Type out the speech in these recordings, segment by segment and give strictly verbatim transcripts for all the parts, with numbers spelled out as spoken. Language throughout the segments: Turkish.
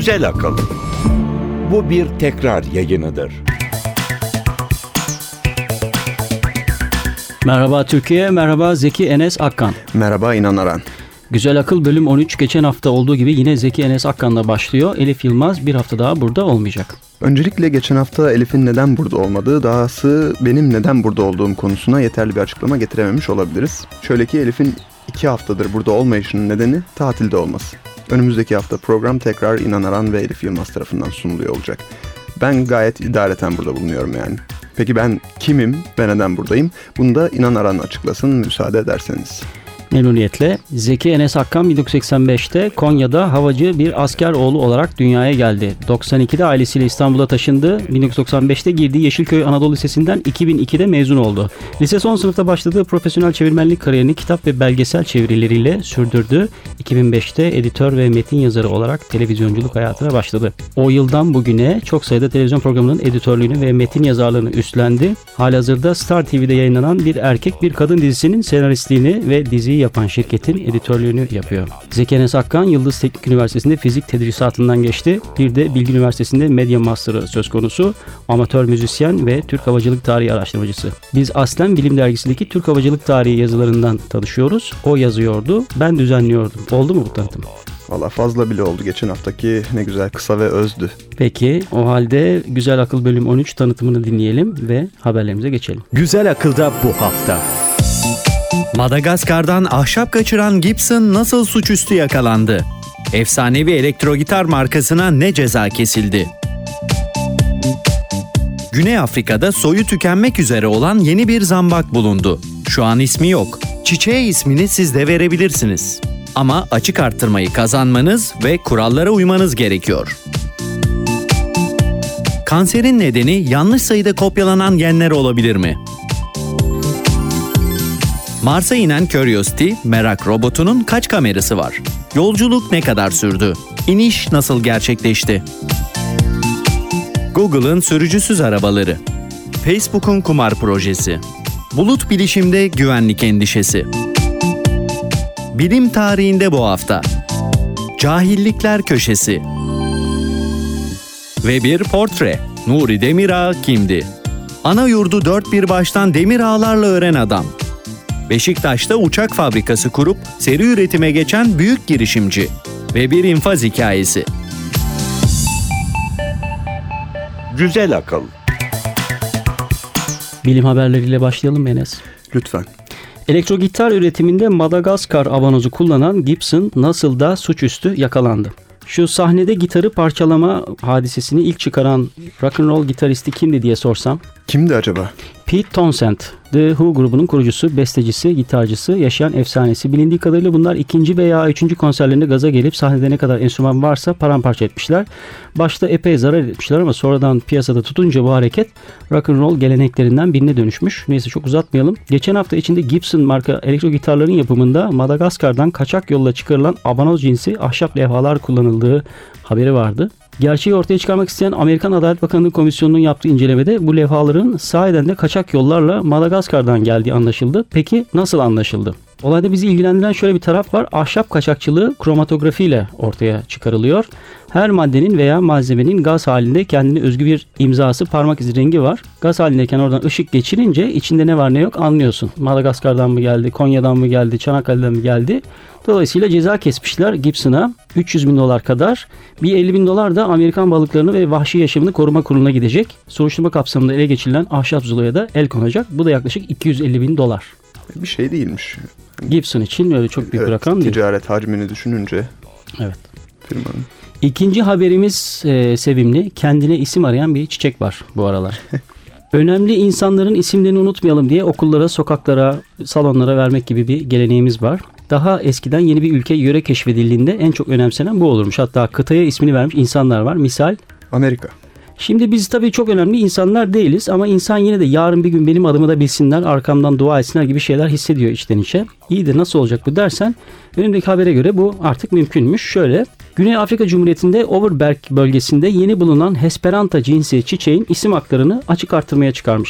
Güzel Akıl. Bu bir tekrar yayınıdır. Merhaba Türkiye, merhaba Zeki Enes Akkan. Merhaba İnan Aran. Güzel Akıl bölüm on üç geçen hafta olduğu gibi yine Zeki Enes Akkan'la başlıyor. Elif Yılmaz bir hafta daha burada olmayacak. Öncelikle geçen hafta Elif'in neden burada olmadığı, dahası benim neden burada olduğum konusuna yeterli bir açıklama getirememiş olabiliriz. Şöyle ki Elif'in iki haftadır burada olmayışının nedeni tatilde olması. Önümüzdeki hafta program tekrar İnan Aran ve Elif Yılmaz tarafından sunuluyor olacak. Ben gayet idareten burada bulunuyorum yani. Peki ben kimim ve neden buradayım? Bunu da İnan Aran açıklasın müsaade ederseniz. Memnuniyetle. Zeki Enes Akkan bin dokuz yüz seksen beşte Konya'da havacı bir asker oğlu olarak dünyaya geldi. doksan ikide ailesiyle İstanbul'a taşındı. bin dokuz yüz doksan beşte girdiği Yeşilköy Anadolu Lisesi'nden iki bin ikide mezun oldu. Lise son sınıfta başladığı profesyonel çevirmenlik kariyerini kitap ve belgesel çevirileriyle sürdürdü. iki bin beşte editör ve metin yazarı olarak televizyonculuk hayatına başladı. O yıldan bugüne çok sayıda televizyon programının editörlüğünü ve metin yazarlığını üstlendi. Halihazırda Star T V'de yayınlanan Bir Erkek Bir Kadın dizisinin senaristliğini ve diziyi yapan şirketin editörlüğünü yapıyor. Zeki Enes Akkan Yıldız Teknik Üniversitesi'nde fizik tedrisatından geçti. Bir de Bilgi Üniversitesi'nde medya master'ı söz konusu. Amatör müzisyen ve Türk Havacılık Tarihi araştırmacısı. Biz aslen Bilim Dergisi'ndeki Türk Havacılık Tarihi yazılarından tanışıyoruz. O yazıyordu, ben düzenliyordum. Oldu mu bu tanıtım? Valla fazla bile oldu. Geçen haftaki ne güzel kısa ve özdü. Peki o halde Güzel Akıl bölüm on üç tanıtımını dinleyelim ve haberlerimize geçelim. Güzel Akıl'da bu hafta. Madagaskar'dan ahşap kaçıran Gibson nasıl suçüstü yakalandı? Efsanevi elektro gitar markasına ne ceza kesildi? Güney Afrika'da soyu tükenmek üzere olan yeni bir zambak bulundu. Şu an ismi yok. Çiçeğe ismini siz de verebilirsiniz. Ama açık arttırmayı kazanmanız ve kurallara uymanız gerekiyor. Kanserin nedeni yanlış sayıda kopyalanan genler olabilir mi? Mars'a inen Curiosity, merak robotunun kaç kamerası var? Yolculuk ne kadar sürdü? İniş nasıl gerçekleşti? Google'ın sürücüsüz arabaları. Facebook'un kumar projesi. Bulut bilişimde güvenlik endişesi. Bilim tarihinde bu hafta. Cahillikler köşesi. Ve bir portre. Nuri Demirağ kimdi? Ana yurdu dört bir baştan demir ağlarla ören adam. Beşiktaş'ta uçak fabrikası kurup seri üretime geçen büyük girişimci ve bir infaz hikayesi. Güzel Akıl. Bilim haberleriyle başlayalım Enes. Lütfen. Elektro gitar üretiminde Madagaskar abanozu kullanan Gibson nasıl da suçüstü yakalandı. Şu sahnede gitarı parçalama hadisesini ilk çıkaran rock'n'roll gitaristi kimdi diye sorsam? Kimdi acaba? Pete Townshend, The Who grubunun kurucusu, bestecisi, gitarcısı, yaşayan efsanesi. Bilindiği kadarıyla bunlar ikinci veya üçüncü konserlerinde gaza gelip sahnede ne kadar enstrüman varsa paramparça etmişler. Başta epey zarar etmişler ama sonradan piyasada tutunca bu hareket rock'n'roll geleneklerinden birine dönüşmüş. Neyse çok uzatmayalım. Geçen hafta içinde Gibson marka elektro gitarların yapımında Madagaskar'dan kaçak yolla çıkarılan abanoz cinsi ahşap levhalar kullanıldığı haberi vardı. Gerçeği ortaya çıkarmak isteyen Amerikan Adalet Bakanlığı Komisyonu'nun yaptığı incelemede bu levhaların sahiden de kaçak yollarla Madagaskar'dan geldiği anlaşıldı. Peki nasıl anlaşıldı? Olayda bizi ilgilendiren şöyle bir taraf var. Ahşap kaçakçılığı kromatografiyle ortaya çıkarılıyor. Her maddenin veya malzemenin gaz halinde kendine özgü bir imzası, parmak izi rengi var. Gaz halindeyken oradan ışık geçirince içinde ne var ne yok anlıyorsun. Madagaskar'dan mı geldi, Konya'dan mı geldi, Çanakkale'den mi geldi? Dolayısıyla ceza kesmişler Gibson'a üç yüz bin dolar kadar. Bir elli bin dolar da Amerikan Balıklarını ve Vahşi Yaşamını Koruma Kurulu'na gidecek. Soruşturma kapsamında ele geçirilen ahşap zuloya da el konacak. Bu da yaklaşık iki yüz elli bin dolar. Bir şey değilmiş. Gibson için öyle çok büyük evet, bir rakam değil. Ticaret hacmini düşününce. Evet. Firmanın. İkinci haberimiz e, sevimli. Kendine isim arayan bir çiçek var bu aralar. Önemli insanların isimlerini unutmayalım diye okullara, sokaklara, salonlara vermek gibi bir geleneğimiz var. Daha eskiden yeni bir ülke, yöre keşfedildiğinde en çok önemsenen bu olurmuş. Hatta kıtaya ismini vermiş insanlar var. Misal Amerika. Şimdi biz tabii çok önemli insanlar değiliz ama insan yine de yarın bir gün benim adımı da bilsinler, arkamdan dua etsinler gibi şeyler hissediyor içten içe. İyi de nasıl olacak bu dersen, önümdeki habere göre bu artık mümkünmüş. Şöyle, Güney Afrika Cumhuriyeti'nde Overberg bölgesinde yeni bulunan Hesperanta cinsi çiçeğin isim haklarını açık artırmaya çıkarmışlar.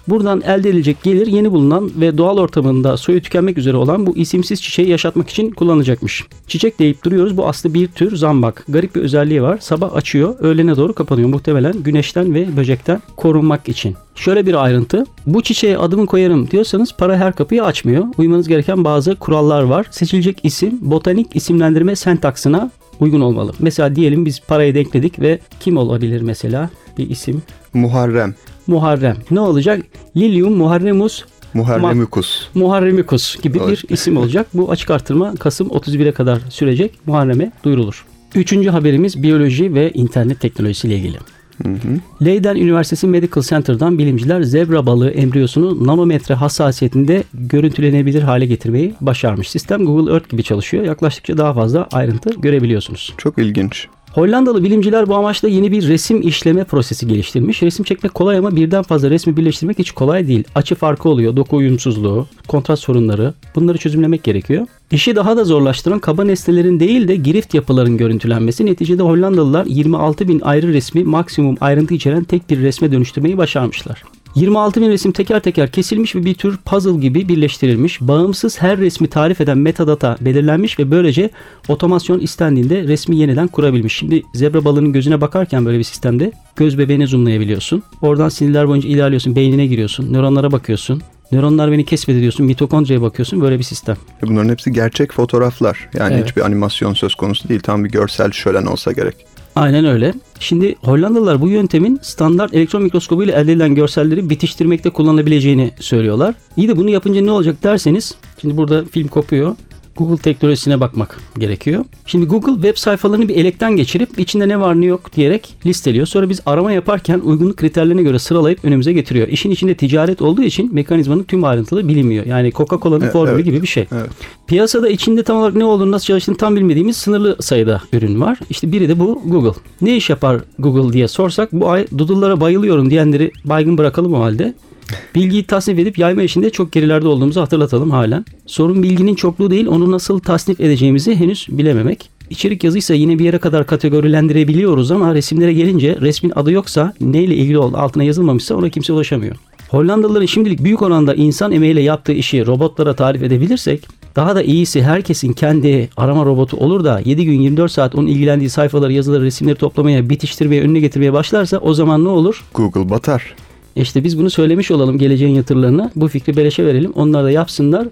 Buradan elde edilecek gelir yeni bulunan ve doğal ortamında soyu tükenmek üzere olan bu isimsiz çiçeği yaşatmak için kullanılacakmış. Çiçek deyip duruyoruz. Bu aslında bir tür zambak. Garip bir özelliği var. Sabah açıyor, öğlene doğru kapanıyor. Muhtemelen güneşten ve böcekten korunmak için. Şöyle bir ayrıntı. Bu çiçeğe adımı koyarım diyorsanız para her kapıyı açmıyor. Uymanız gereken bazı kurallar var. Seçilecek isim botanik isimlendirme sentaksına uygun olmalı. Mesela diyelim biz parayı denkledik ve kim olabilir mesela bir isim? Muharrem. Muharrem. Ne olacak? Lilium Muharremus Muharremicus. Muharremicus gibi Evet. bir isim olacak. Bu açık artırma Kasım otuz bire kadar sürecek. Muharrem'e duyurulur. Üçüncü haberimiz biyoloji ve internet teknolojisiyle ilgili. Hı hı. Leiden Üniversitesi Medical Center'dan bilimciler zebra balığı embriyosunu nanometre hassasiyetinde görüntülenebilir hale getirmeyi başarmış. Sistem Google Earth gibi çalışıyor. Yaklaştıkça daha fazla ayrıntı görebiliyorsunuz. Çok ilginç. Hollandalı bilimciler bu amaçla yeni bir resim işleme prosesi geliştirmiş. Resim çekmek kolay ama birden fazla resmi birleştirmek hiç kolay değil. Açı farkı oluyor, doku uyumsuzluğu, kontrast sorunları. Bunları çözümlemek gerekiyor. İşi daha da zorlaştıran kaba nesnelerin değil de girift yapıların görüntülenmesi. Neticede Hollandalılar yirmi altı bin ayrı resmi maksimum ayrıntı içeren tek bir resme dönüştürmeyi başarmışlar. yirmi altı bin resim teker teker kesilmiş ve bir tür puzzle gibi birleştirilmiş. Bağımsız her resmi tarif eden metadata belirlenmiş ve böylece otomasyon istendiğinde resmi yeniden kurabilmiş. Şimdi zebra balığının gözüne bakarken böyle bir sistemde göz bebeğini zoomlayabiliyorsun. Oradan sinirler boyunca ilerliyorsun, beynine giriyorsun, nöronlara bakıyorsun. Nöronlar beni keşfedi diyorsun, mitokondriye bakıyorsun, böyle bir sistem. Bunların hepsi gerçek fotoğraflar. Yani Evet. hiçbir animasyon söz konusu değil. Tam bir görsel şölen olsa gerek. Aynen öyle. Şimdi Hollandalılar bu yöntemin standart elektron mikroskobu ile elde edilen görselleri bitiştirmekte kullanılabileceğini söylüyorlar. İyi de bunu yapınca ne olacak derseniz, şimdi burada film kopuyor. Google teknolojisine bakmak gerekiyor. Şimdi Google web sayfalarını bir elekten geçirip içinde ne var ne yok diyerek listeliyor. Sonra biz arama yaparken uygunluk kriterlerine göre sıralayıp önümüze getiriyor. İşin içinde ticaret olduğu için mekanizmanın tüm ayrıntıları bilinmiyor. Yani Coca-Cola'nın formülü evet. gibi bir şey. Evet. Piyasada içinde tam olarak ne olduğunu, nasıl çalıştığını tam bilmediğimiz sınırlı sayıda ürün var. İşte biri de bu Google. Ne iş yapar Google diye sorsak bu ay doodle'lara bayılıyorum diyenleri baygın bırakalım o halde. Bilgiyi tasnif edip yayma işinde çok gerilerde olduğumuzu hatırlatalım halen. Sorun bilginin çokluğu değil, onu nasıl tasnif edeceğimizi henüz bilememek. İçerik yazıysa yine bir yere kadar kategorilendirebiliyoruz ama resimlere gelince resmin adı yoksa, neyle ilgili olduğu altına yazılmamışsa ona kimse ulaşamıyor. Hollandalıların şimdilik büyük oranda insan emeğiyle yaptığı işi robotlara tarif edebilirsek, daha da iyisi herkesin kendi arama robotu olur da yedi gün yirmi dört saat onun ilgilendiği sayfaları, yazıları, resimleri toplamaya, bitiştirmeye, önüne getirmeye başlarsa o zaman ne olur? Google batar. İşte biz bunu söylemiş olalım geleceğin yatırlarına. Bu fikri beleşe verelim. Onlar da yapsınlar.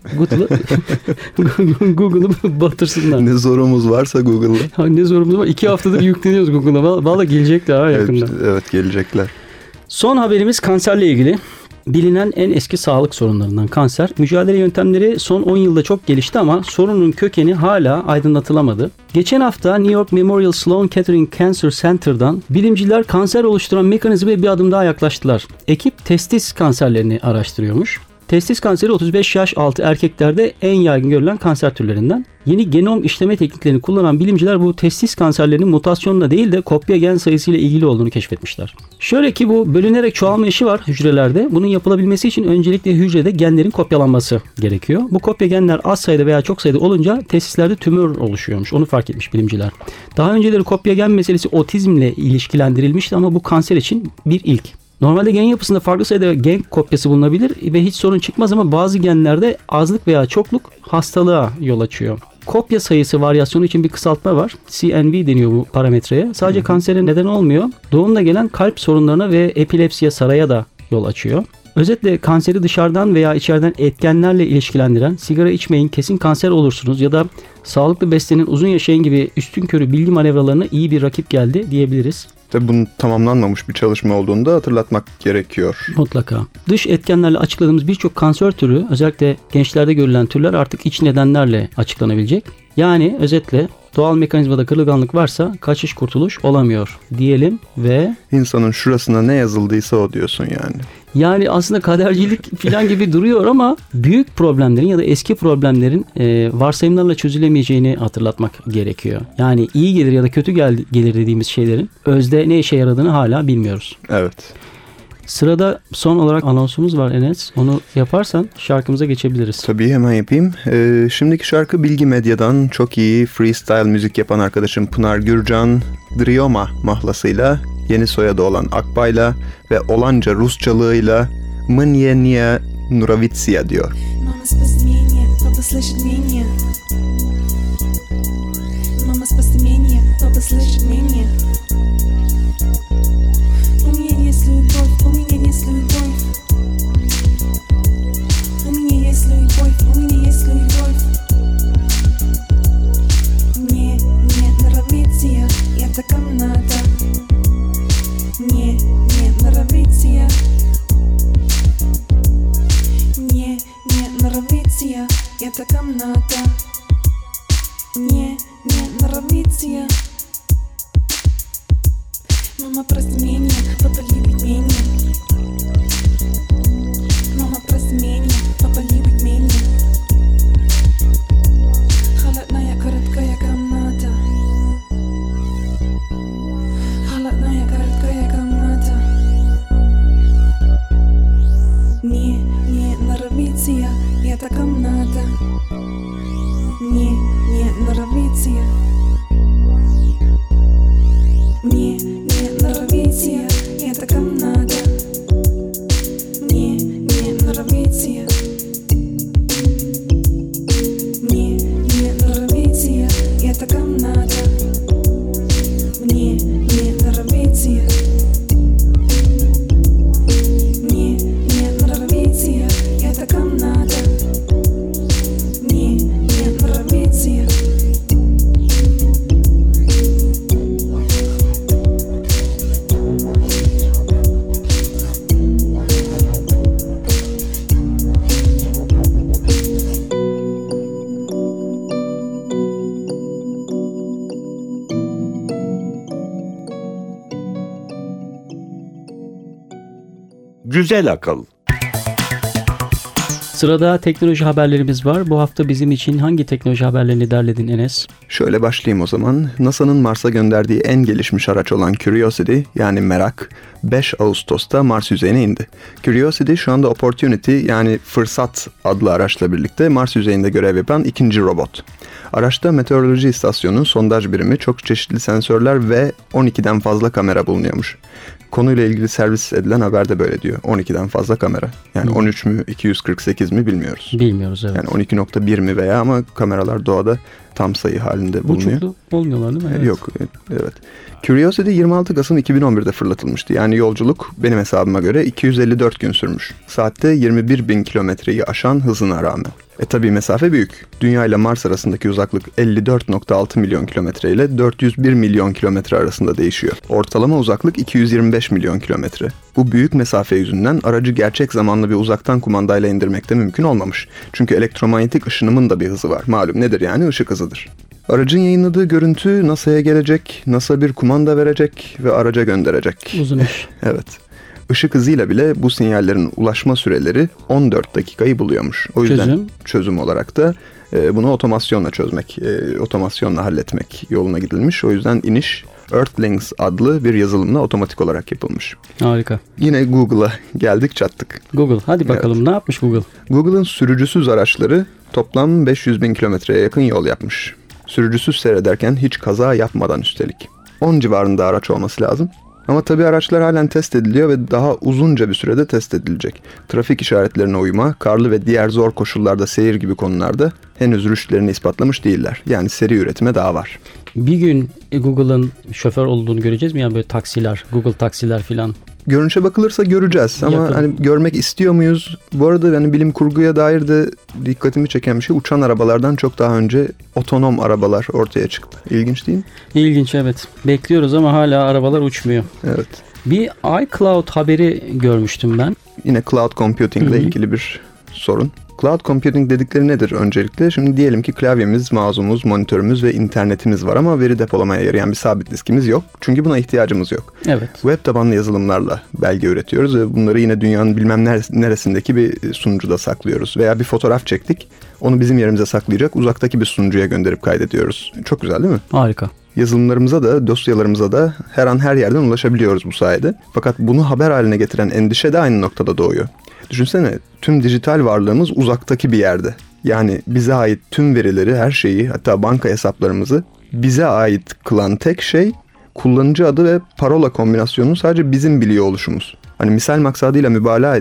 Google'ı Google'ı batırsınlar. Ne zorumuz varsa Google'da. Ne zorumuz var. İki haftadır yükleniyoruz Google'a. Valla gelecekler ha yakında. Evet, evet gelecekler. Son haberimiz kanserle ilgili. Bilinen en eski sağlık sorunlarından kanser. Mücadele yöntemleri son on yılda çok gelişti ama sorunun kökeni hala aydınlatılamadı. Geçen hafta New York Memorial Sloan Kettering Cancer Center'dan bilimciler kanser oluşturan mekanizmaya bir adım daha yaklaştılar. Ekip testis kanserlerini araştırıyormuş. Testis kanseri otuz beş yaş altı erkeklerde en yaygın görülen kanser türlerinden. Yeni genom işleme tekniklerini kullanan bilimciler bu testis kanserlerinin mutasyonla değil de kopya gen sayısıyla ilgili olduğunu keşfetmişler. Şöyle ki bu bölünerek çoğalma işi var hücrelerde. Bunun yapılabilmesi için öncelikle hücrede genlerin kopyalanması gerekiyor. Bu kopya genler az sayıda veya çok sayıda olunca testislerde tümör oluşuyormuş. Onu fark etmiş bilimciler. Daha önceleri kopya gen meselesi otizmle ilişkilendirilmişti ama bu kanser için bir ilk. Normalde gen yapısında farklı sayıda gen kopyası bulunabilir ve hiç sorun çıkmaz ama bazı genlerde azlık veya çokluk hastalığa yol açıyor. Kopya sayısı varyasyonu için bir kısaltma var. C N V deniyor bu parametreye. Sadece Hı-hı. kansere neden olmuyor. Doğumla gelen kalp sorunlarına ve epilepsiye, saraya da yol açıyor. Özetle kanseri dışarıdan veya içeriden etkenlerle ilişkilendiren sigara içmeyin kesin kanser olursunuz ya da sağlıklı beslenin uzun yaşayın gibi üstünkörü bilgi manevralarına iyi bir rakip geldi diyebiliriz. Tabii bunun tamamlanmamış bir çalışma olduğunu da hatırlatmak gerekiyor. Mutlaka. Dış etkenlerle açıkladığımız birçok kanser türü, özellikle gençlerde görülen türler artık iç nedenlerle açıklanabilecek. Yani özetle doğal mekanizmada kırılganlık varsa kaçış kurtuluş olamıyor diyelim ve... İnsanın şurasına ne yazıldıysa o diyorsun yani. Yani aslında kadercilik falan gibi duruyor ama büyük problemlerin ya da eski problemlerin e, varsayımlarla çözülemeyeceğini hatırlatmak gerekiyor. Yani iyi gelir ya da kötü gel- gelir dediğimiz şeylerin özde ne işe yaradığını hala bilmiyoruz. Evet. Sırada son olarak anonsumuz var Enes. Onu yaparsan şarkımıza geçebiliriz. Tabii hemen yapayım. Ee, şimdiki şarkı Bilgi Medya'dan çok iyi freestyle müzik yapan arkadaşım Pınar Gürcan, Drioma mahlasıyla, yeni soyadı olan Akbay'la ve olanca Rusçalığıyla Mnienia Nuravitsia diyor. Mama spasi меня, папа слышит меня. Мама спаси меня, папа слышит меня. У меня есть любовь, у меня есть любовь. У меня есть любовь, у меня есть любовь. Мне не нравится эта комната. Мне не нравится. Мне не нравится эта комната. Мне не нравится. Мама, прости меня, папа любит меня. Мама, прости меня, папа любит меня. Холодная, короткая комната. Холодная, короткая комната. Мне не нравится эта комната. Мне не нравится. Мне не нравится эта комната. Мне не нравится. Мне не нравится эта комната. Мне не нравится. Мне не нравится эта комната. Мне не нравится. Güzel akıl. Sırada teknoloji haberlerimiz var. Bu hafta bizim için hangi teknoloji haberlerini derledin Enes? Şöyle başlayayım o zaman. NASA'nın Mars'a gönderdiği en gelişmiş araç olan Curiosity yani Merak beş Ağustos'ta Mars yüzeyine indi. Curiosity şu anda Opportunity yani Fırsat adlı araçla birlikte Mars yüzeyinde görev yapan ikinci robot. Araçta meteoroloji istasyonu, sondaj birimi, çok çeşitli sensörler ve on ikiden fazla kamera bulunuyormuş. Konuyla ilgili servis edilen haberde böyle diyor. on ikiden fazla kamera. Yani on üç mü iki yüz kırk sekiz mi bilmiyoruz. Bilmiyoruz evet. Yani on iki nokta bir mi veya ama kameralar doğada tam sayı halinde bulunuyor. Buçuklu olmuyorlar değil mi? Evet. Yok evet. Curiosity yirmi altı Kasım iki bin on birde fırlatılmıştı. Yani yolculuk benim hesabıma göre iki yüz elli dört gün sürmüş. Saatte yirmi bir bin kilometreyi aşan hızına rağmen. E tabi mesafe büyük. Dünya ile Mars arasındaki uzaklık elli dört nokta altı milyon kilometre ile dört yüz bir milyon kilometre arasında değişiyor. Ortalama uzaklık iki yüz yirmi beş milyon kilometre. Bu büyük mesafe yüzünden aracı gerçek zamanlı bir uzaktan kumandayla indirmek de mümkün olmamış. Çünkü elektromanyetik ışınımın da bir hızı var. Malum nedir yani? Işık hızıdır. Aracın yayınladığı görüntü NASA'ya gelecek, NASA bir kumanda verecek ve araca gönderecek. Uzun iş. Evet. Işık hızıyla bile bu sinyallerin ulaşma süreleri on dört dakikayı buluyormuş. O yüzden çözüm, çözüm olarak da e, bunu otomasyonla çözmek, e, otomasyonla halletmek yoluna gidilmiş. O yüzden iniş Earthlings adlı bir yazılımla otomatik olarak yapılmış. Harika. Yine Google'a geldik çattık. Google. Hadi bakalım evet. Ne yapmış Google? Google'ın sürücüsüz araçları toplam beş yüz bin kilometreye yakın yol yapmış. Sürücüsüz seyrederken hiç kaza yapmadan üstelik. on civarında araç olması lazım. Ama tabii araçlar halen test ediliyor ve daha uzunca bir sürede test edilecek. Trafik işaretlerine uyma, karlı ve diğer zor koşullarda seyir gibi konularda henüz rüştlerini ispatlamış değiller. Yani seri üretime daha var. Bir gün Google'ın şoför olduğunu göreceğiz mi? Yani böyle taksiler, Google taksiler filan. Görünüşe bakılırsa göreceğiz ama Yakın. hani görmek istiyor muyuz? Bu arada yani bilim kurguya dair de dikkatimi çeken bir şey, uçan arabalardan çok daha önce otonom arabalar ortaya çıktı. İlginç değil mi? İlginç evet. Bekliyoruz ama hala arabalar uçmuyor. Evet. Bir iCloud haberi görmüştüm ben. Yine cloud computing ile ilgili bir sorun. Cloud computing dedikleri nedir öncelikle? Şimdi diyelim ki klavyemiz, mouse'umuz, monitörümüz ve internetimiz var ama veri depolamaya yarayan bir sabit diskimiz yok. Çünkü buna ihtiyacımız yok. Evet. Web tabanlı yazılımlarla belge üretiyoruz ve bunları yine dünyanın bilmem neresindeki bir sunucuda saklıyoruz. Veya bir fotoğraf çektik, onu bizim yerimize saklayacak uzaktaki bir sunucuya gönderip kaydediyoruz. Çok güzel değil mi? Harika. Yazılımlarımıza da, dosyalarımıza da her an her yerden ulaşabiliyoruz bu sayede. Fakat bunu haber haline getiren endişe de aynı noktada doğuyor. Düşünsene, tüm dijital varlığımız uzaktaki bir yerde. Yani bize ait tüm verileri, her şeyi, hatta banka hesaplarımızı bize ait kılan tek şey kullanıcı adı ve parola kombinasyonunu sadece bizim biliyor oluşumuz. Hani misal maksadıyla mübalağa edeyim.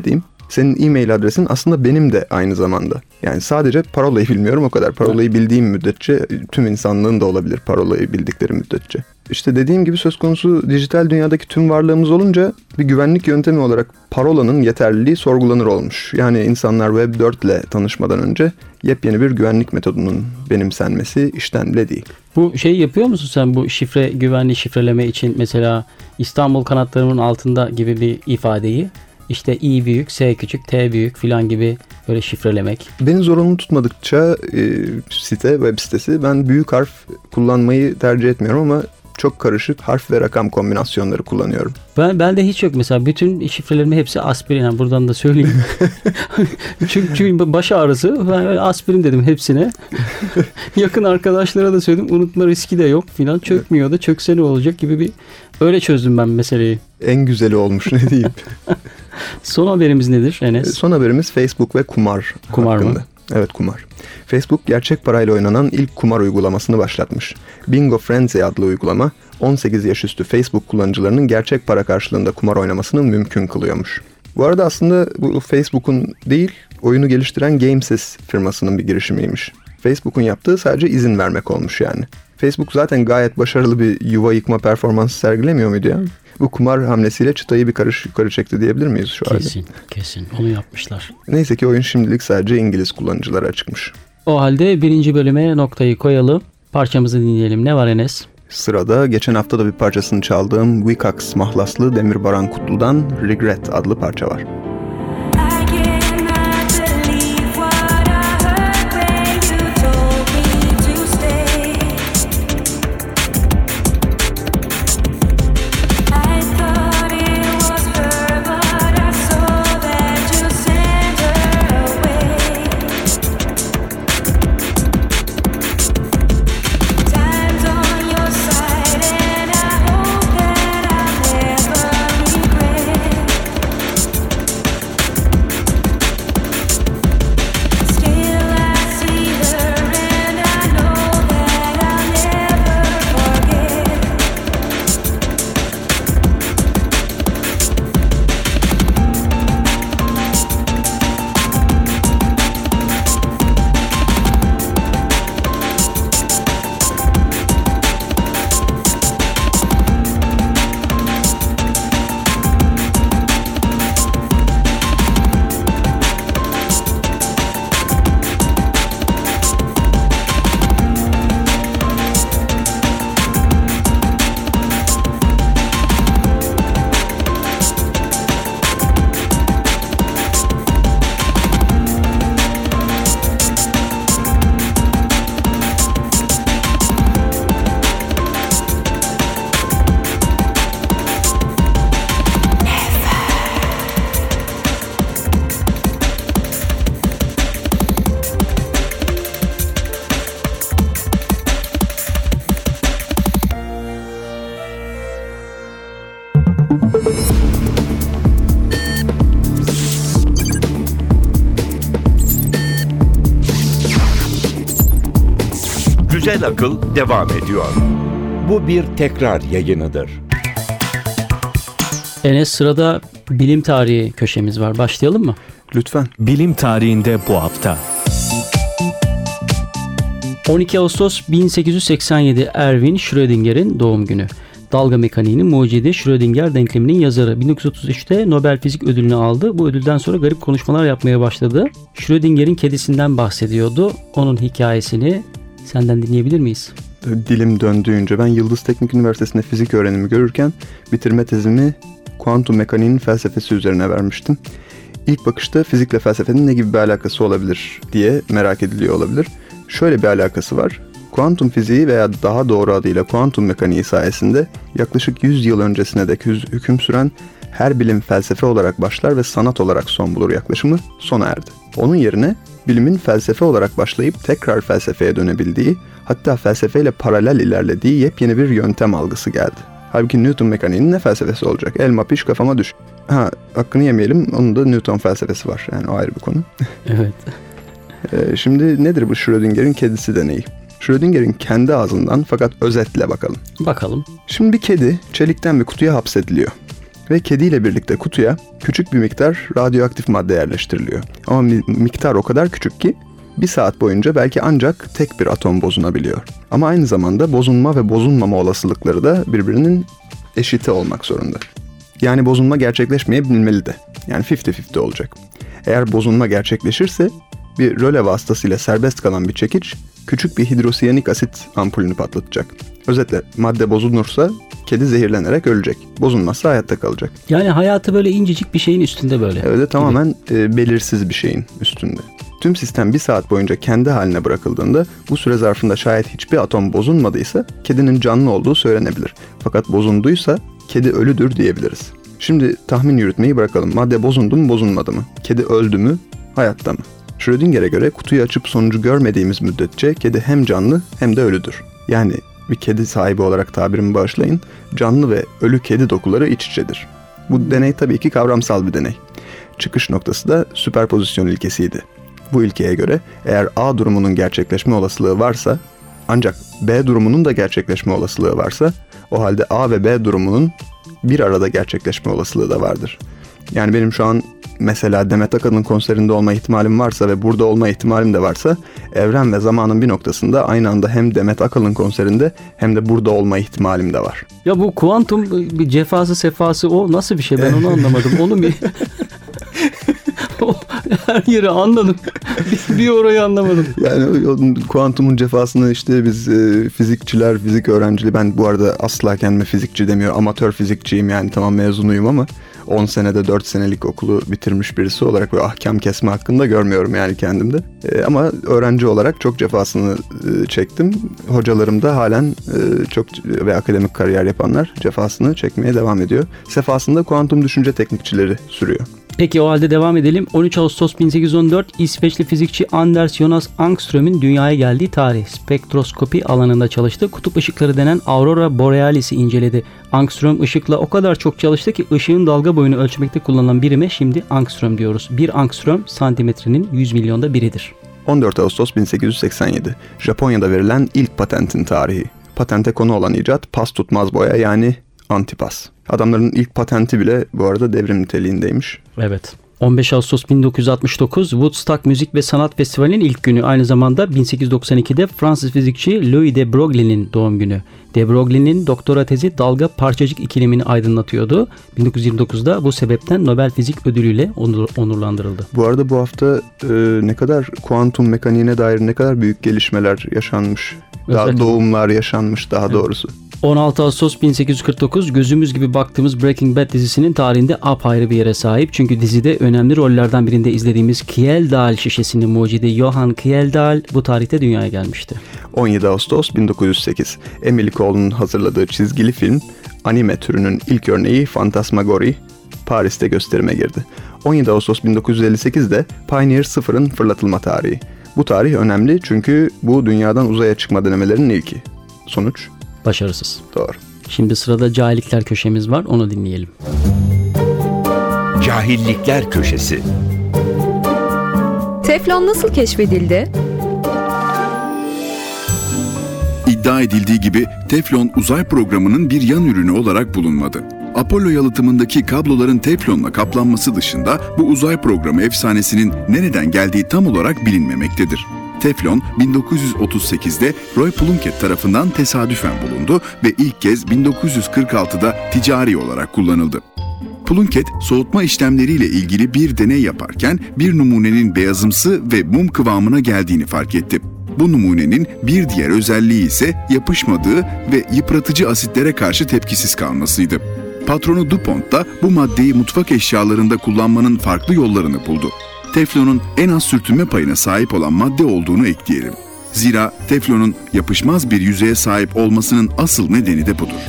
Senin e-mail adresin aslında benim de aynı zamanda. Yani sadece parolayı bilmiyorum o kadar. Parolayı bildiğim müddetçe tüm insanlığın da olabilir parolayı bildikleri müddetçe. İşte dediğim gibi söz konusu dijital dünyadaki tüm varlığımız olunca bir güvenlik yöntemi olarak parolanın yeterliliği sorgulanır olmuş. Yani insanlar Web dört ile tanışmadan önce yepyeni bir güvenlik metodunun benimsenmesi işten bile değil. Bu şeyi yapıyor musun sen, bu şifre güvenli şifreleme için mesela İstanbul kanatlarımın altında gibi bir ifadeyi işte i büyük, s küçük, t büyük filan gibi böyle şifrelemek? Beni zorunlu tutmadıkça e, site, web sitesi ben büyük harf kullanmayı tercih etmiyorum ama çok karışık harf ve rakam kombinasyonları kullanıyorum. Ben ben de hiç yok mesela, bütün şifrelerimi hepsi aspirin. Yani buradan da söyleyeyim. çünkü, çünkü baş ağrısı, ben öyle aspirin dedim hepsine. Yakın arkadaşlara da söyledim, unutma riski de yok filan, çökmüyor da, çökse ne olacak gibi bir, öyle çözdüm ben meseleyi. En güzeli olmuş ne diyeyim. Son haberimiz nedir Enes? Son haberimiz Facebook ve kumar, kumar hakkında. Mı? Evet, kumar. Facebook gerçek parayla oynanan ilk kumar uygulamasını başlatmış. Bingo Frenzy adlı uygulama on sekiz yaş üstü Facebook kullanıcılarının gerçek para karşılığında kumar oynamasını mümkün kılıyormuş. Bu arada aslında bu Facebook'un değil, oyunu geliştiren Gamesys firmasının bir girişimiymiş. Facebook'un yaptığı sadece izin vermek olmuş yani. Facebook zaten gayet başarılı bir yuva yıkma performansı sergilemiyor muydu ya? Bu kumar hamlesiyle çıtayı bir karış yukarı çekti diyebilir miyiz şu halde? Kesin, kesin. Onu yapmışlar. Neyse ki oyun şimdilik sadece İngiliz kullanıcılara açıkmış. O halde birinci bölüme noktayı koyalım. Parçamızı dinleyelim. Ne var Enes? Sırada geçen hafta da bir parçasını çaldığım Wikax mahlaslı Demir Baran Kutlu'dan Regret adlı parça var. Güzel Akıl devam ediyor. Bu bir tekrar yayınıdır. Enes, sırada bilim tarihi köşemiz var. Başlayalım mı? Lütfen. Bilim tarihinde bu hafta. on iki Ağustos bin sekiz yüz seksen yedi Erwin Schrödinger'in doğum günü. Dalga mekaniğinin mucidi, Schrödinger denkleminin yazarı. bin dokuz yüz otuz üçte Nobel Fizik Ödülünü aldı. Bu ödülden sonra garip konuşmalar yapmaya başladı. Schrödinger'in kedisinden bahsediyordu. Onun hikayesini senden dinleyebilir miyiz? Dilim döndüğünce ben Yıldız Teknik Üniversitesi'nde fizik öğrenimi görürken bitirme tezimi kuantum mekaniğinin felsefesi üzerine vermiştim. İlk bakışta fizikle felsefenin ne gibi bir alakası olabilir diye merak ediliyor olabilir. Şöyle bir alakası var. Kuantum fiziği veya daha doğru adıyla kuantum mekaniği sayesinde yaklaşık yüz yıl öncesine dek hüküm süren her bilim felsefe olarak başlar ve sanat olarak son bulur yaklaşımı sona erdi. Onun yerine bilimin felsefe olarak başlayıp tekrar felsefeye dönebildiği, hatta felsefeyle paralel ilerlediği yepyeni bir yöntem algısı geldi. Halbuki Newton mekaniğinin ne felsefesi olacak? Elma piş kafama düş. Ha, hakkını yemeyelim, onun da Newton felsefesi var. Yani o ayrı bir konu. Evet. ee, şimdi nedir bu Schrödinger'in kedisi deneyi? Schrödinger'in kendi ağzından fakat özetle bakalım. Bakalım. Şimdi bir kedi çelikten bir kutuya hapsediliyor. Ve kediyle birlikte kutuya küçük bir miktar radyoaktif madde yerleştiriliyor. Ama mi- miktar o kadar küçük ki bir saat boyunca belki ancak tek bir atom bozunabiliyor. Ama aynı zamanda bozunma ve bozunmama olasılıkları da birbirinin eşiti olmak zorunda. Yani bozunma gerçekleşmeyebilmeli de. Yani elli elli olacak. Eğer bozunma gerçekleşirse bir röle vasıtasıyla serbest kalan bir çekiç küçük bir hidrosiyanik asit ampulünü patlatacak. Özetle madde bozulursa kedi zehirlenerek ölecek. Bozulmazsa hayatta kalacak. Yani hayatı böyle incecik bir şeyin üstünde böyle. Öyle tamamen e, belirsiz bir şeyin üstünde. Tüm sistem bir saat boyunca kendi haline bırakıldığında bu süre zarfında şayet hiçbir atom bozulmadıysa kedinin canlı olduğu söylenebilir. Fakat bozunduysa kedi ölüdür diyebiliriz. Şimdi tahmin yürütmeyi bırakalım. Madde bozundu mu bozulmadı mı? Kedi öldü mü hayatta mı? Schrödinger'e göre kutuyu açıp sonucu görmediğimiz müddetçe kedi hem canlı hem de ölüdür. Yani bir kedi sahibi olarak tabirimi bağışlayın, canlı ve ölü kedi dokuları iç içedir. Bu deney tabii ki kavramsal bir deney. Çıkış noktası da süperpozisyon ilkesiydi. Bu ilkeye göre eğer A durumunun gerçekleşme olasılığı varsa, ancak B durumunun da gerçekleşme olasılığı varsa, o halde A ve B durumunun bir arada gerçekleşme olasılığı da vardır. Yani benim şu an mesela Demet Akalın konserinde olma ihtimalim varsa ve burada olma ihtimalim de varsa, evren ve zamanın bir noktasında aynı anda hem Demet Akalın konserinde hem de burada olma ihtimalim de var. Ya bu kuantum bir cefası sefası o nasıl bir şey, ben onu anlamadım. Onu bir her yeri anladım. Bir, bir orayı anlamadım. Yani o, o, kuantumun cefasını işte biz e, fizikçiler, fizik öğrencileri, ben bu arada asla kendime fizikçi demiyor, amatör fizikçiyim yani, tamam mezunuyum ama on senede dört senelik okulu bitirmiş birisi olarak böyle ahkam kesme hakkında görmüyorum yani kendimde. E, ama öğrenci olarak çok cefasını e, çektim. Hocalarım da halen e, çok ve akademik kariyer yapanlar cefasını çekmeye devam ediyor. Sefasında kuantum düşünce teknikçileri sürüyor. Peki o halde devam edelim. on üç Ağustos bin sekiz yüz on dört İsveçli fizikçi Anders Jonas Ångström'ün dünyaya geldiği tarih. Spektroskopi alanında çalıştı. Kutup ışıkları denen Aurora Borealis'i inceledi. Ångström ışıkla o kadar çok çalıştı ki ışığın dalga boyunu ölçmekte kullanılan birime şimdi angström diyoruz. Bir angström santimetrenin yüz milyonda biridir. on dört Ağustos bin sekiz yüz seksen yedi Japonya'da verilen ilk patentin tarihi. Patente konu olan icat pas tutmaz boya, yani antipas. Adamların ilk patenti bile bu arada devrim niteliğindeymiş. Evet. on beş Ağustos bin dokuz yüz altmış dokuz Woodstock Müzik ve Sanat Festivali'nin ilk günü. Aynı zamanda bin sekiz yüz doksan ikide Fransız fizikçi Louis de Broglie'nin doğum günü. De Broglie'nin doktora tezi dalga parçacık ikilemini aydınlatıyordu. bin dokuz yüz yirmi dokuzda bu sebepten Nobel Fizik Ödülü'yle onur, onurlandırıldı. Bu arada bu hafta e, ne kadar kuantum mekaniğine dair ne kadar büyük gelişmeler yaşanmış. Daha Özellikle. doğumlar yaşanmış daha Evet. doğrusu. on altı Ağustos bin sekiz yüz kırk dokuz gözümüz gibi baktığımız Breaking Bad dizisinin tarihinde apayrı bir yere sahip. Çünkü dizide önemli rollerden birinde izlediğimiz Kjeldahl şişesinin mucidi Johan Kjeldahl bu tarihte dünyaya gelmişti. on yedi Ağustos bin dokuz yüz sekiz Emily Cole'un hazırladığı çizgili film anime türünün ilk örneği Phantasmagorie Paris'te gösterime girdi. on yedi Ağustos bin dokuz yüz elli sekizde Pioneer sıfırın fırlatılma tarihi. Bu tarih önemli çünkü bu dünyadan uzaya çıkma denemelerinin ilki. Sonuç? Başarısız. Doğru. Şimdi sırada cahillikler köşemiz var, onu dinleyelim. Cahillikler Köşesi. Teflon nasıl keşfedildi? İddia edildiği gibi teflon uzay programının bir yan ürünü olarak bulunmadı. Apollo yalıtımındaki kabloların teflonla kaplanması dışında bu uzay programı efsanesinin nereden geldiği tam olarak bilinmemektedir. Teflon bin dokuz yüz otuz sekizde Roy Plunkett tarafından tesadüfen bulundu ve ilk kez bin dokuz yüz kırk altıda ticari olarak kullanıldı. Plunkett, soğutma işlemleriyle ilgili bir deney yaparken bir numunenin beyazımsı ve mum kıvamına geldiğini fark etti. Bu numunenin bir diğer özelliği ise yapışmadığı ve yıpratıcı asitlere karşı tepkisiz kalmasıydı. Patronu DuPont da bu maddeyi mutfak eşyalarında kullanmanın farklı yollarını buldu. Teflonun en az sürtünme payına sahip olan madde olduğunu ekleyelim. Zira teflonun yapışmaz bir yüzeye sahip olmasının asıl nedeni de budur.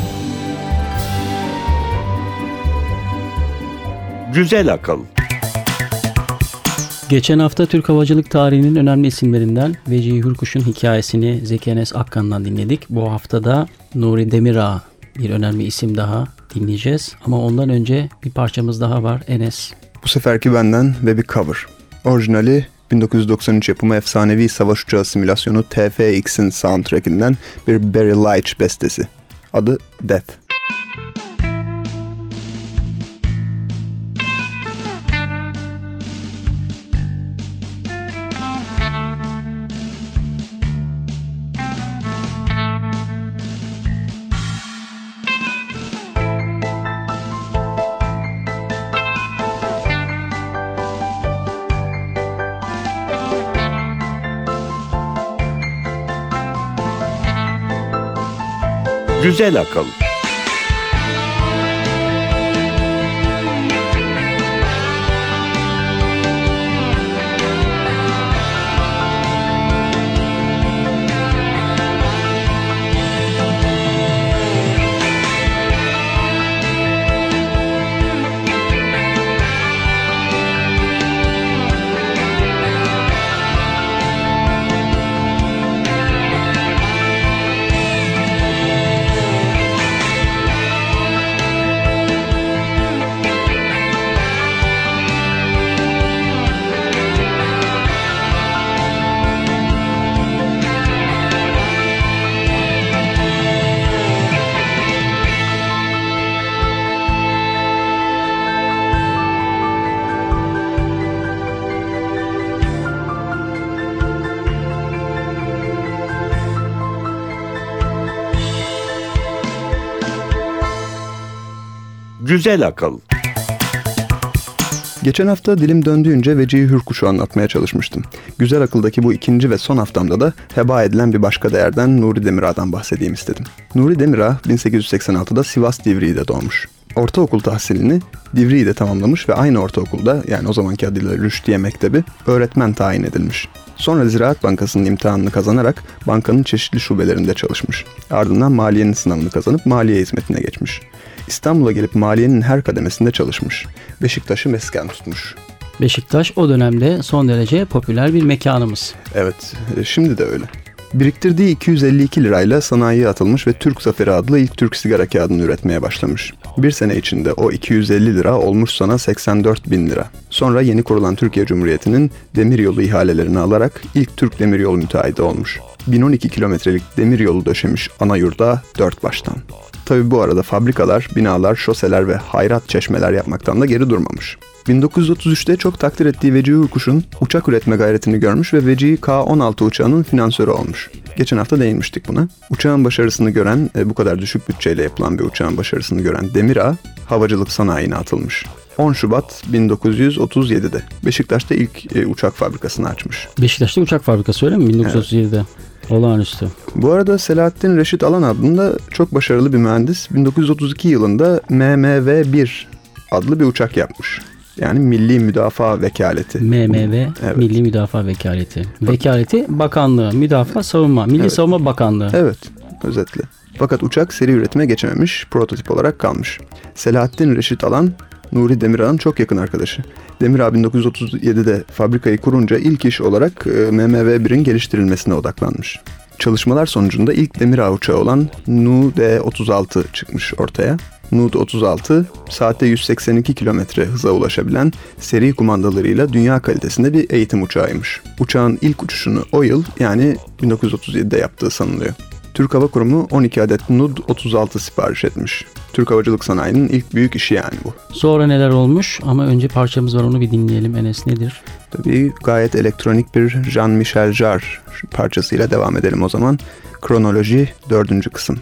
Güzel akıl. Geçen hafta Türk havacılık tarihinin önemli isimlerinden Vecihi Hürkuş'un hikayesini Zeki Enes Akkan'dan dinledik. Bu hafta da Nuri Demirağ, bir önemli isim daha dinleyeceğiz. Ama ondan önce bir parçamız daha var Enes. Bu seferki benden ve bir cover. Orijinali bin dokuz yüz doksan üç yapımı efsanevi savaş uçağı simülasyonu T F X'in soundtrackinden bir Barry Leitch bestesi. Adı Death. Güzel akıl. Güzel akıl. Geçen hafta dilim döndüğünce Vecihi Hürkuş'u anlatmaya çalışmıştım. Güzel akıldaki bu ikinci ve son haftamda da heba edilen bir başka değerden Nuri Demirağ'dan bahsedeyim istedim. Nuri Demirağ bin sekiz yüz seksen altıda Sivas Divriği'de doğmuş. Ortaokul tahsilini Divriği'de tamamlamış ve aynı ortaokulda, yani o zamanki adıyla Rüşdiye Mektebi, öğretmen tayin edilmiş. Sonra Ziraat Bankası'nın imtihanını kazanarak bankanın çeşitli şubelerinde çalışmış. Ardından maliyenin sınavını kazanıp maliye hizmetine geçmiş. İstanbul'a gelip maliyenin her kademesinde çalışmış. Beşiktaş'ı mesken tutmuş. Beşiktaş o dönemde son derece popüler bir mekanımız. Evet, şimdi de öyle. Biriktirdiği iki yüz elli iki lirayla sanayiye atılmış ve Türk Zaferi adlı ilk Türk sigara kağıdını üretmeye başlamış. Bir sene içinde o iki yüz elli lira olmuş sana seksen dört bin lira. Sonra yeni kurulan Türkiye Cumhuriyeti'nin demiryolu ihalelerini alarak ilk Türk demiryolu müteahhidi olmuş. bin on iki kilometrelik demiryolu döşemiş ana yurda dört baştan. Tabi bu arada fabrikalar, binalar, şoseler ve hayrat çeşmeler yapmaktan da geri durmamış. bin dokuz yüz otuz üçte çok takdir ettiği Vecihi Hürkuş'un uçak üretme gayretini görmüş ve Vecihi K on altı uçağının finansörü olmuş. Geçen hafta değinmiştik buna. Uçağın başarısını gören, bu kadar düşük bütçeyle yapılan bir uçağın başarısını gören Demirağ, havacılık sanayine atılmış. on Şubat bin dokuz yüz otuz yedide Beşiktaş'ta ilk e, uçak fabrikasını açmış. Beşiktaş'ta uçak fabrikası öyle mi? bin dokuz yüz otuz yedide. Evet. Olağanüstü. Bu arada Selahattin Reşit Alan adında çok başarılı bir mühendis bin dokuz yüz otuz iki yılında M M V bir adlı bir uçak yapmış. Yani Milli Müdafaa Vekaleti. M M V, evet. Milli Müdafaa Vekaleti. Vekaleti Bakanlığı, Müdafaa Savunma, Milli evet. Savunma Bakanlığı. Evet, özetle. Fakat uçak seri üretime geçememiş, prototip olarak kalmış. Selahattin Reşit Alan, Nuri Demirağ'ın çok yakın arkadaşı. Demirağ bin dokuz yüz otuz yedide fabrikayı kurunca ilk iş olarak M M V birin geliştirilmesine odaklanmış. Çalışmalar sonucunda ilk Demirağ uçağı olan Nu D otuz altı çıkmış ortaya. Nu D otuz altı, saatte yüz seksen iki kilometre hıza ulaşabilen seri kumandalarıyla dünya kalitesinde bir eğitim uçağıymış. Uçağın ilk uçuşunu o yıl, yani bin dokuz yüz otuz yedide yaptığı sanılıyor. Türk Hava Kurumu on iki adet Nu D otuz altı sipariş etmiş. Türk havacılık sanayinin ilk büyük işi yani bu. Sonra neler olmuş ama önce parçamız var, onu bir dinleyelim. Enes, nedir? Tabii gayet elektronik bir Jean-Michel Jarre parçasıyla devam edelim o zaman. Kronoloji dördüncü kısım.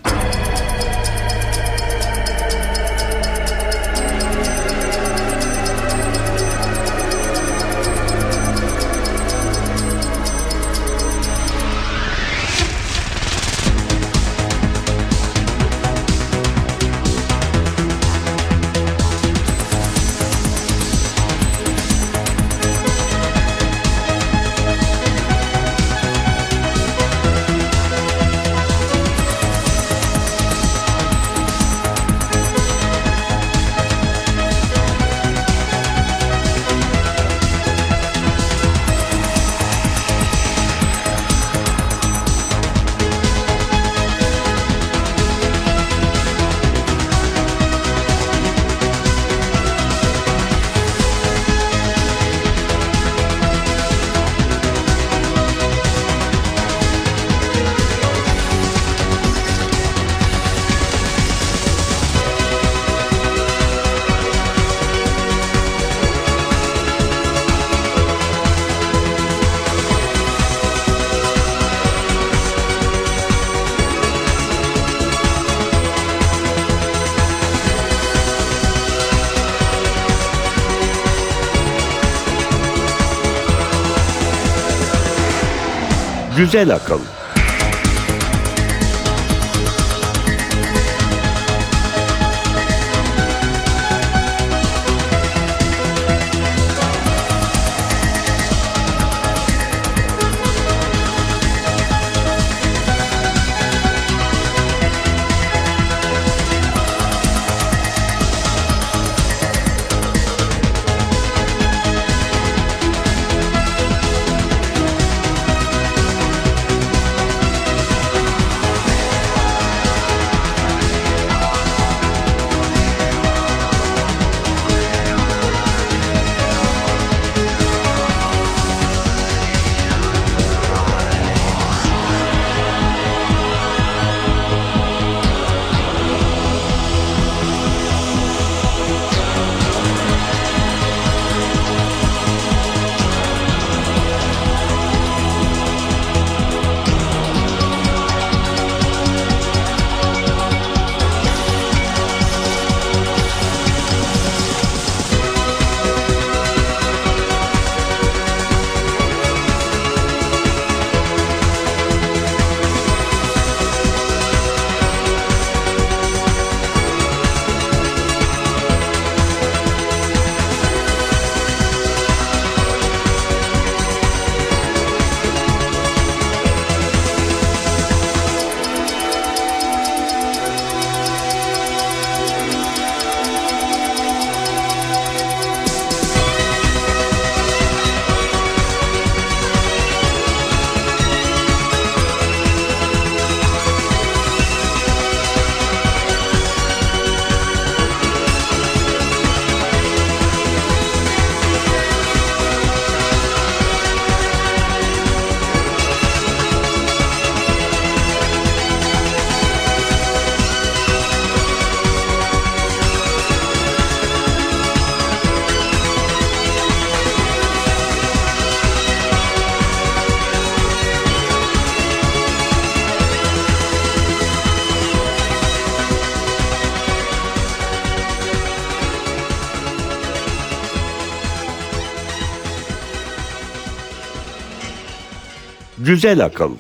Güzel akıl. Güzel akıl.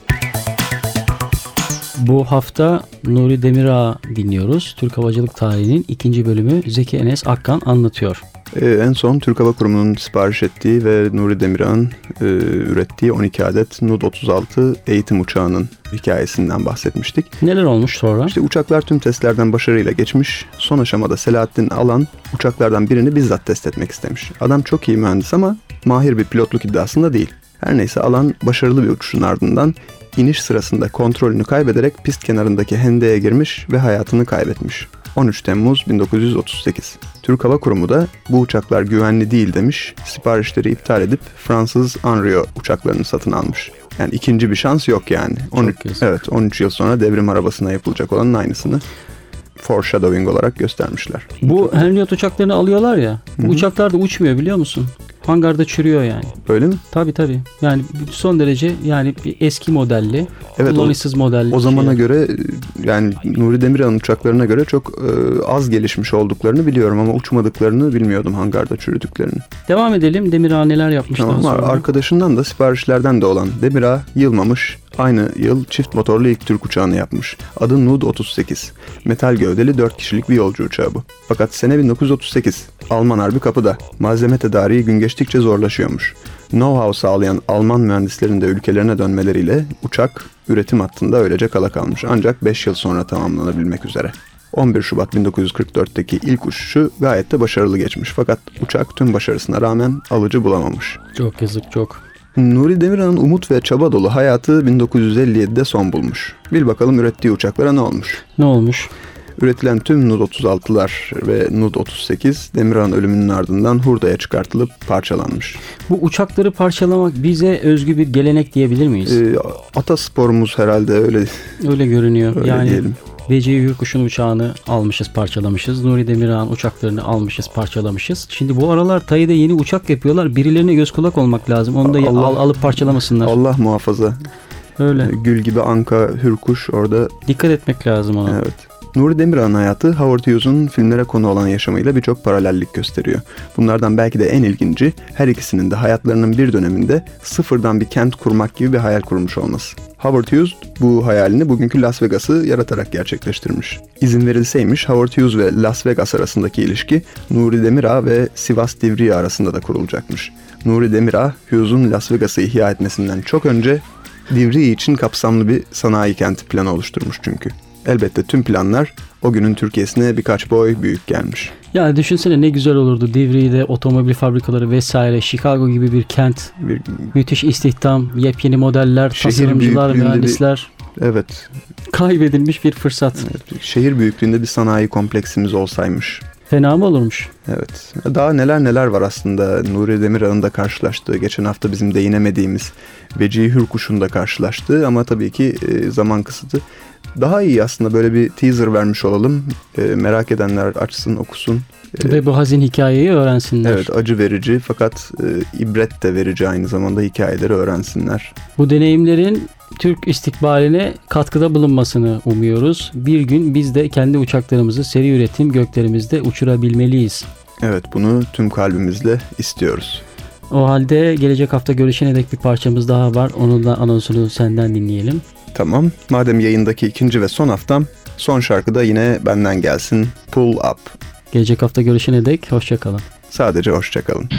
Bu hafta Nuri Demirağ dinliyoruz. Türk havacılık tarihinin ikinci bölümü Zeki Enes Akkan anlatıyor. Ee, en son Türk Hava Kurumu'nun sipariş ettiği ve Nuri Demirağ'ın e, ürettiği on iki adet N U D otuz altı eğitim uçağının hikayesinden bahsetmiştik. Neler olmuş sonra? İşte uçaklar tüm testlerden başarıyla geçmiş. Son aşamada Selahattin Alan uçaklardan birini bizzat test etmek istemiş. Adam çok iyi mühendis ama mahir bir pilotluk iddiasında değil. Her neyse Alan başarılı bir uçuşun ardından iniş sırasında kontrolünü kaybederek pist kenarındaki hendeğe girmiş ve hayatını kaybetmiş. on üç Temmuz bin dokuz yüz otuz sekiz. Türk Hava Kurumu da bu uçaklar güvenli değil demiş, siparişleri iptal edip Fransız Anrio uçaklarını satın almış. Yani ikinci bir şans yok yani. on üç, evet, on üç yıl sonra devrim arabasına yapılacak olanın aynısını foreshadowing olarak göstermişler. Bu Henriot uçaklarını alıyorlar ya, bu Hı-hı. uçaklar da uçmuyor biliyor musun? Hangarda çürüyor yani. Öyle mi? Tabii tabii. Yani son derece yani eski modelli, evet, kullanışsız modelli. O zamana şey. göre yani Nuri Demirağ'ın uçaklarına göre çok e, az gelişmiş olduklarını biliyorum ama uçmadıklarını bilmiyordum hangarda çürüdüklerini. Devam edelim. Demirağ neler yapmışlar Tamam, sonra? Arkadaşından da siparişlerden de olan Demirağ yılmamış. Aynı yıl çift motorlu ilk Türk uçağını yapmış. Adı N U D otuz sekiz. Metal gövdeli dört kişilik bir yolcu uçağı bu. Fakat sene bin dokuz yüz otuz sekiz. Alman harbi kapıda. Malzeme tedariği gün geçtikçe zorlaşıyormuş. Know-how sağlayan Alman mühendislerin de ülkelerine dönmeleriyle uçak üretim hattında öylece kala kalmış. Ancak beş yıl sonra tamamlanabilmek üzere. on bir Şubat bin dokuz yüz kırk dörtteki ilk uçuşu gayet de başarılı geçmiş. Fakat uçak tüm başarısına rağmen alıcı bulamamış. Çok yazık, çok. Nuri Demirağ'ın umut ve çaba dolu hayatı bin dokuz yüz elli yedide son bulmuş. Bil bakalım ürettiği uçaklara ne olmuş? Ne olmuş? Üretilen tüm N U D otuz altılar ve N U D otuz sekiz Demirağ'ın ölümünün ardından hurdaya çıkartılıp parçalanmış. Bu uçakları parçalamak bize özgü bir gelenek diyebilir miyiz? Ee, atasporumuz herhalde öyle. Öyle görünüyor. Öyle yani diyelim. Vecihi Hürkuş'un uçağını almışız, parçalamışız. Nuri Demirağ'ın uçaklarını almışız, parçalamışız. Şimdi bu aralar Tayyip'de yeni uçak yapıyorlar. Birilerine göz kulak olmak lazım. Onu da Allah, al, alıp parçalamasınlar. Allah muhafaza. Öyle. Gül gibi anka, hürkuş orada. Dikkat etmek lazım ona. Evet. Nuri Demirağ'ın hayatı Howard Hughes'un filmlere konu olan yaşamıyla birçok paralellik gösteriyor. Bunlardan belki de en ilginci her ikisinin de hayatlarının bir döneminde sıfırdan bir kent kurmak gibi bir hayal kurmuş olması. Howard Hughes bu hayalini bugünkü Las Vegas'ı yaratarak gerçekleştirmiş. İzin verilseymiş Howard Hughes ve Las Vegas arasındaki ilişki Nuri Demirağ ve Sivas Divriği arasında da kurulacakmış. Nuri Demirağ, Hughes'un Las Vegas'ı ihya etmesinden çok önce Divriği için kapsamlı bir sanayi kenti planı oluşturmuş çünkü. Elbette tüm planlar o günün Türkiye'sine birkaç boy büyük gelmiş. Ya düşünsene ne güzel olurdu. Divriği'de otomobil fabrikaları vesaire, Chicago gibi bir kent. Bir, müthiş istihdam, yepyeni modeller, şehir tasarımcılar, büyüklüğünde mühendisler. Bir, evet. Kaybedilmiş bir fırsat. Evet, şehir büyüklüğünde bir sanayi kompleksimiz olsaymış. Fena mı olurmuş? Evet. Daha neler neler var aslında. Nuri Demirağ'ın da karşılaştığı, geçen hafta bizim değinemediğimiz Vecihi Hürkuş'un da karşılaştığı ama tabii ki e, zaman kısıtı. Daha iyi aslında böyle bir teaser vermiş olalım. E, merak edenler açsın, okusun. E, Ve bu hazin hikayeyi öğrensinler. Evet, acı verici fakat e, ibret de verici aynı zamanda hikayeleri öğrensinler. Bu deneyimlerin Türk istikbaline katkıda bulunmasını umuyoruz. Bir gün biz de kendi uçaklarımızı seri üretim göklerimizde uçurabilmeliyiz. Evet, bunu tüm kalbimizle istiyoruz. O halde gelecek hafta görüşene dek bir parçamız daha var. Onun da anonsunu senden dinleyelim. Tamam. Madem yayındaki ikinci ve son haftam, son şarkı da yine benden gelsin. Pull Up. Gelecek hafta görüşene dek hoşça kalın. Sadece hoşça kalın.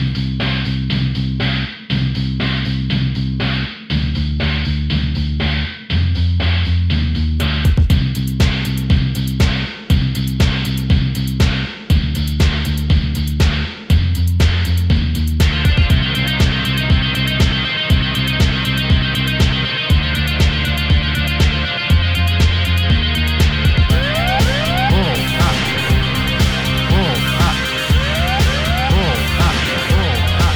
Pull up.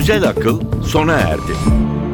güzel akıl sona erdi.